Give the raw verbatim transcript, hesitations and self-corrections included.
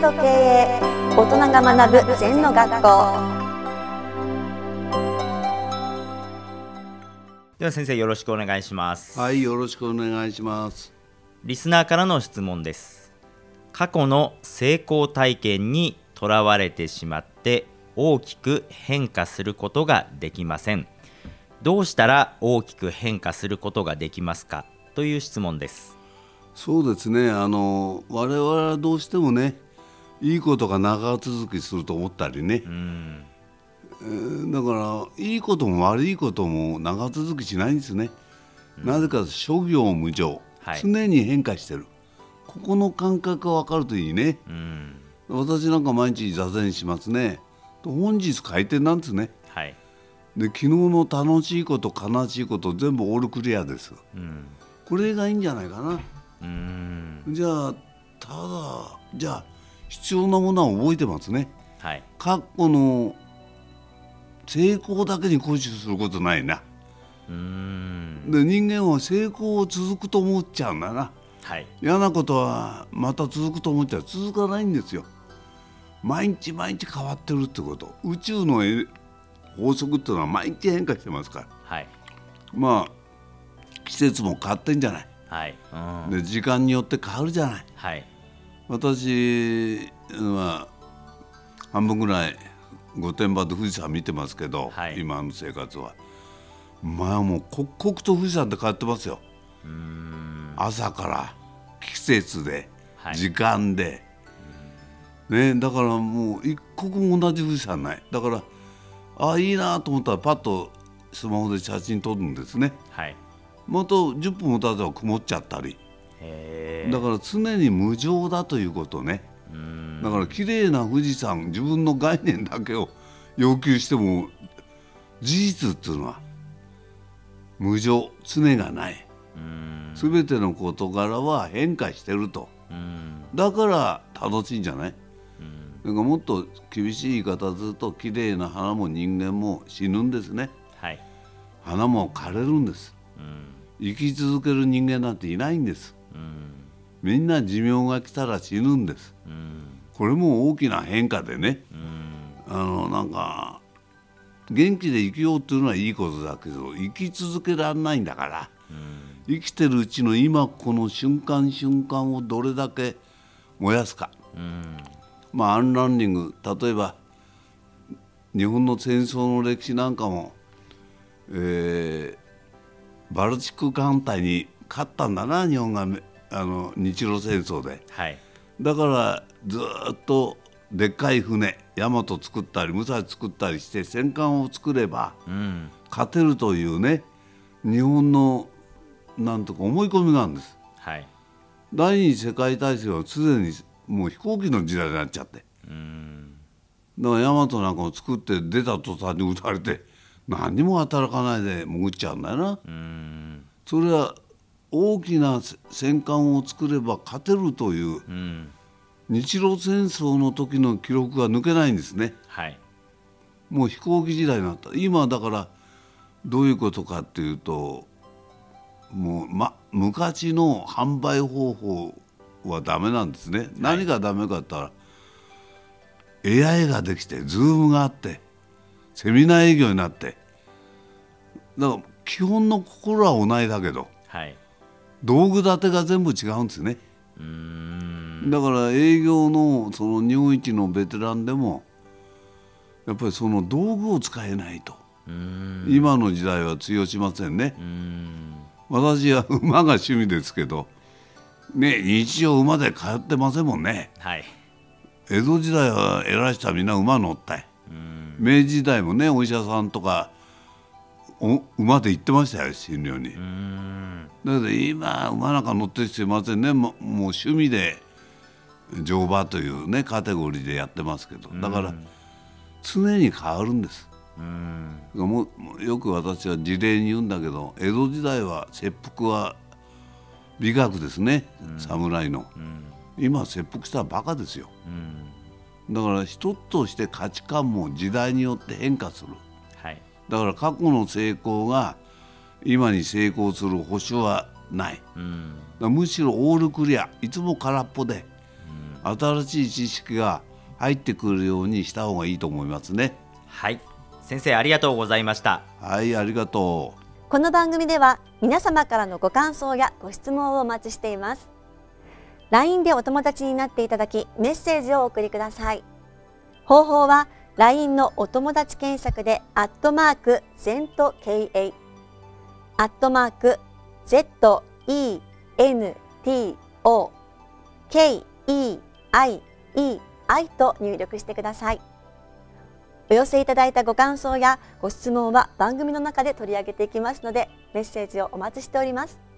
と経営、大人が学ぶ禅の学校。 では先生、よろしくお願いします。 はい、よろしくお願いします。 リスナーからの質問です。過去の成功体験にとらわれてしまって大きく変化することができません。どうしたら大きく変化することができますか、という質問です。 そうですね、あの我々はどうしてもね、いいことが長続きすると思ったりね、うんえー、だからいいことも悪いことも長続きしないんですね、うん、なぜか諸行無常、はい、常に変化してる、ここの感覚が分かるといいね、うん、私なんか毎日座禅しますね。本日開店なんですね、はい、で昨日の楽しいこと悲しいこと全部オールクリアです、うん、これがいいんじゃないかな。うーんじゃあただじゃあ必要なものは覚えてますね、はい、過去の成功だけに固執することないな。うーんで人間は成功を続くと思っちゃうんだな、はい、嫌なことはまた続くと思っちゃう。続かないんですよ。毎日毎日変わってるってこと。宇宙の法則っていうのは毎日変化してますから、はい、まあ季節も変わってんじゃない、はいうん、で時間によって変わるじゃない、はい、私は半分ぐらい御殿場で富士山見てますけど、はい、今の生活はまあもう刻々と富士山って変わってますよ。うーん朝から季節で、はい、時間で、ね、だからもう一刻も同じ富士山ない。だからああいいなと思ったらパッとスマホで写真撮るんですね、はい、またじゅっぷんも経てば曇っちゃったり。へだから常に無常だということね。うーんだから綺麗な富士山、自分の概念だけを要求しても事実っていうのは無常、常がない。すべての事柄は変化してると。うーんだから楽しいんじゃない。だからもっと厳しい言い方ずっと綺麗な花も人間も死ぬんですね、はい、花も枯れるんです、うん、生き続ける人間なんていないんです、うん、みんな寿命が来たら死ぬんです、うん、これも大きな変化でね、うん、あのなんか元気で生きようっていうのはいいことだけど生き続けられないんだから、うん、生きてるうちの今この瞬間瞬間をどれだけ燃やすか、うんまあ、アンランニング、例えば日本の戦争の歴史なんかも、えー、バルチック艦隊に勝ったんだな、日本があの日露戦争で、はい、だからずっとでっかい船大和作ったり武蔵作ったりして戦艦を作れば、うん、勝てるというね、日本のなんとか思い込みがあるんです、はい、第二次世界大戦はすでにもう飛行機の時代になっちゃって、うんだから大和なんかを作って出た途端に撃たれて何も働かないで潜っちゃうんだよな。うんそれは大きな戦艦を作れば勝てるという、うん、日露戦争の時の記録が抜けないんですね、はい、もう飛行機時代になった。今だからどういうことかっていうともう、ま、昔の販売方法はダメなんですね、はい、何がダメかって言ったら エーアイ ができてズームがあってセミナー営業になってだから基本の心は同じだけど、はい、道具立てが全部違うんですね。うーんだから営業のその日本一のベテランでもやっぱりその道具を使えないとうーん今の時代は通用しませんね。うーん私は馬が趣味ですけどね、日常馬で通ってませんもんね、はい、江戸時代は偉い人はみんな馬乗ったい。うん明治時代もねお医者さんとかお馬で行ってましたよ診療に。うんだけど今馬なんか乗ってる人いませんね。もう趣味で乗馬というねカテゴリーでやってますけど、だから常に変わるんです。うんもうよく私は事例に言うんだけど江戸時代は切腹は美学ですね、うん、侍の、うん、今切腹したらバカですよ、うん、だから人として価値観も時代によって変化する、はい、だから過去の成功が今に成功する保証はない、うん、だむしろオールクリアいつも空っぽで、 新しい知識が入ってくるようにした方がいいと思いますね。 はい、先生ありがとうございました。 はい、ありがとう。 この番組では皆様からのご感想やご質問をお待ちしています。 ライン でお友達になっていただきメッセージをお送りください。方法は ライン のお友達検索でアットマーク ゼント ケーエー アットマーク ゼット イー エヌ ティー オー ケー イー アイ イー アイ と入力してください。お寄せいただいたご感想やご質問は番組の中で取り上げていきますので、メッセージをお待ちしております。